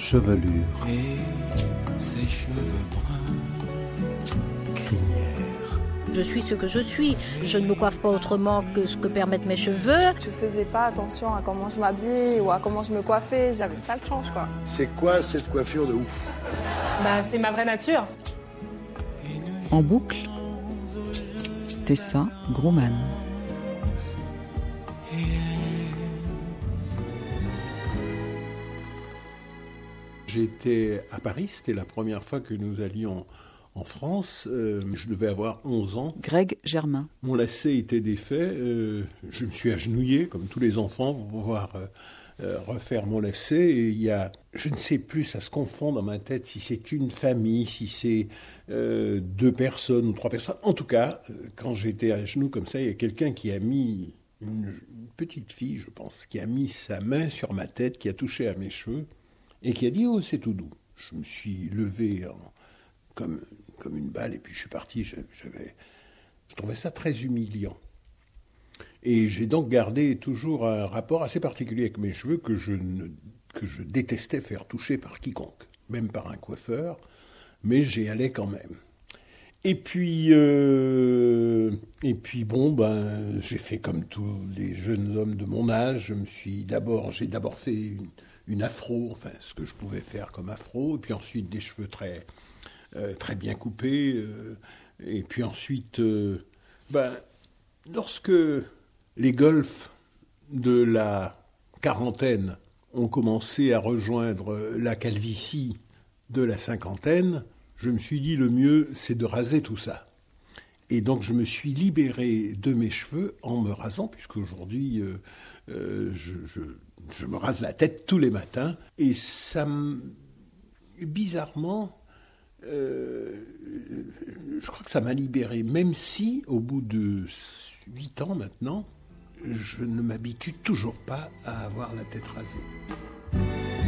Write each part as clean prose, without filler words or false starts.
chevelure, et ses cheveux bruns, crinière. Je suis ce que je suis. Je ne me coiffe pas autrement que ce que permettent mes cheveux. Je faisais pas attention à comment je m'habillais ou à comment je me coiffais. J'avais une sale tranche, quoi. C'est quoi cette coiffure de ouf? C'est ma vraie nature. En boucle, Tessa Grauman. J'étais à Paris, c'était la première fois que nous allions en France. Je devais avoir 11 ans. Greg Germain. Mon lacet était défait. Je me suis agenouillé, comme tous les enfants, pour pouvoir refaire mon lacet. Et il y a, je ne sais plus, ça se confond dans ma tête, si c'est une famille, si c'est 2 personnes ou 3 personnes. En tout cas, quand j'étais à genoux comme ça, il y a quelqu'un qui a mis, une petite fille, je pense, qui a mis sa main sur ma tête, qui a touché à mes cheveux et qui a dit « Oh, c'est tout doux ». Je me suis levé comme une balle et puis je suis parti. Je trouvais ça très humiliant. Et j'ai donc gardé toujours un rapport assez particulier avec mes cheveux que je détestais faire toucher par quiconque, même par un coiffeur, mais j'y allais quand même. Et puis j'ai fait comme tous les jeunes hommes de mon âge. J'ai d'abord fait une afro, enfin ce que je pouvais faire comme afro, et puis ensuite des cheveux très bien coupés, et puis ensuite, lorsque les golfs de la quarantaine ont commencé à rejoindre la calvitie de la cinquantaine, je me suis dit le mieux c'est de raser tout ça. Et donc je me suis libéré de mes cheveux en me rasant, puisqu'aujourd'hui je me rase la tête tous les matins, et ça bizarrement, je crois que ça m'a libéré, même si au bout de 8 ans maintenant, je ne m'habitue toujours pas à avoir la tête rasée.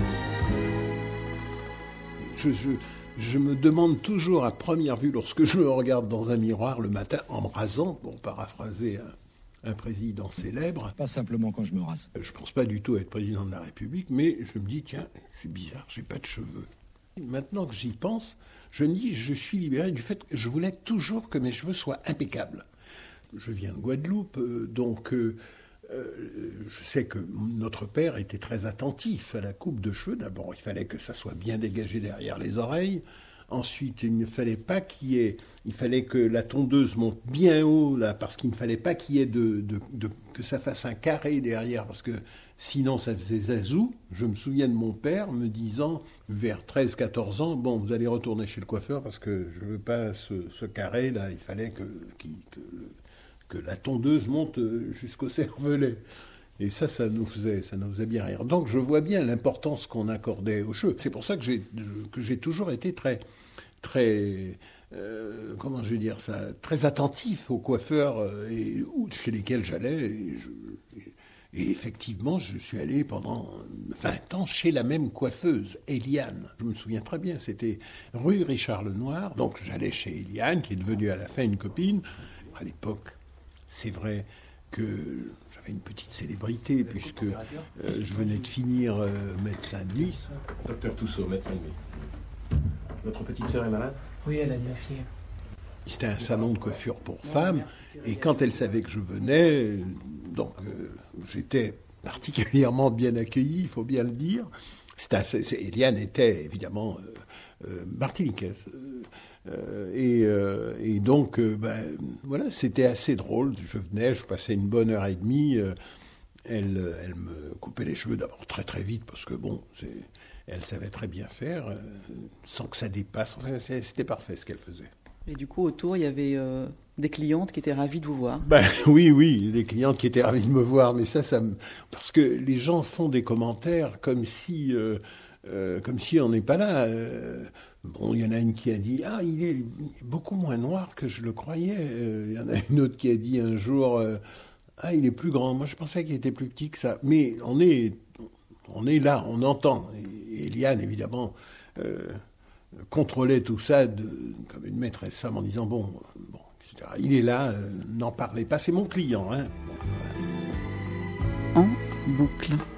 Je me demande toujours à première vue, lorsque je me regarde dans un miroir le matin en me rasant, pour paraphraser un président célèbre. Pas simplement quand je me rase. Je pense pas du tout être président de la République, mais je me dis, tiens, c'est bizarre, j'ai pas de cheveux. Maintenant que j'y pense, je me dis, je suis libéré du fait que je voulais toujours que mes cheveux soient impeccables. Je viens de Guadeloupe, donc je sais que notre père était très attentif à la coupe de cheveux. D'abord, il fallait que ça soit bien dégagé derrière les oreilles. Ensuite, il fallait que la tondeuse monte bien haut, là, parce qu'il ne fallait pas qu'il y ait que ça fasse un carré derrière, parce que sinon ça faisait zazou. Je me souviens de mon père me disant, vers 13-14 ans, bon, vous allez retourner chez le coiffeur, parce que je ne veux pas ce carré, là, il fallait que la tondeuse monte jusqu'au cervelet. Et ça nous faisait bien rire. Donc je vois bien l'importance qu'on accordait aux cheveux. C'est pour ça que j'ai toujours été très très attentif aux coiffeurs chez lesquels j'allais. Et effectivement, je suis allé pendant 20 ans chez la même coiffeuse, Eliane. Je me souviens très bien, c'était rue Richard Lenoir. Donc j'allais chez Eliane, qui est devenue à la fin une copine. À l'époque, c'est vrai que j'avais une petite célébrité, puisque je venais de finir médecin de nuit. Docteur Toussaint, médecin de nuit. Votre petite sœur est malade? Oui, elle a dit la fille. C'était un salon de coiffure pour femmes, et quand elle savait que je venais, j'étais particulièrement bien accueilli, il faut bien le dire. Eliane était évidemment martiniquaise. Et donc, voilà, c'était assez drôle. Je venais, je passais une bonne heure et demie. Elle me coupait les cheveux d'abord très très vite, parce que elle savait très bien faire, sans que ça dépasse. Enfin, c'était parfait ce qu'elle faisait. Et du coup, autour, il y avait des clientes qui étaient ravies de vous voir. Oui, des clientes qui étaient ravies de me voir, mais parce que les gens font des commentaires comme si on n'est pas là. Il y en a une qui a dit « Ah, il est beaucoup moins noir que je le croyais ». Il y en a une autre qui a dit un jour « Ah, il est plus grand. Moi, je pensais qu'il était plus petit que ça ». Mais on est là, on entend. Et Eliane, évidemment, contrôlait tout ça comme une maîtresse femme en disant « Bon, etc. Il est là, n'en parlez pas, c'est mon client. » En boucle.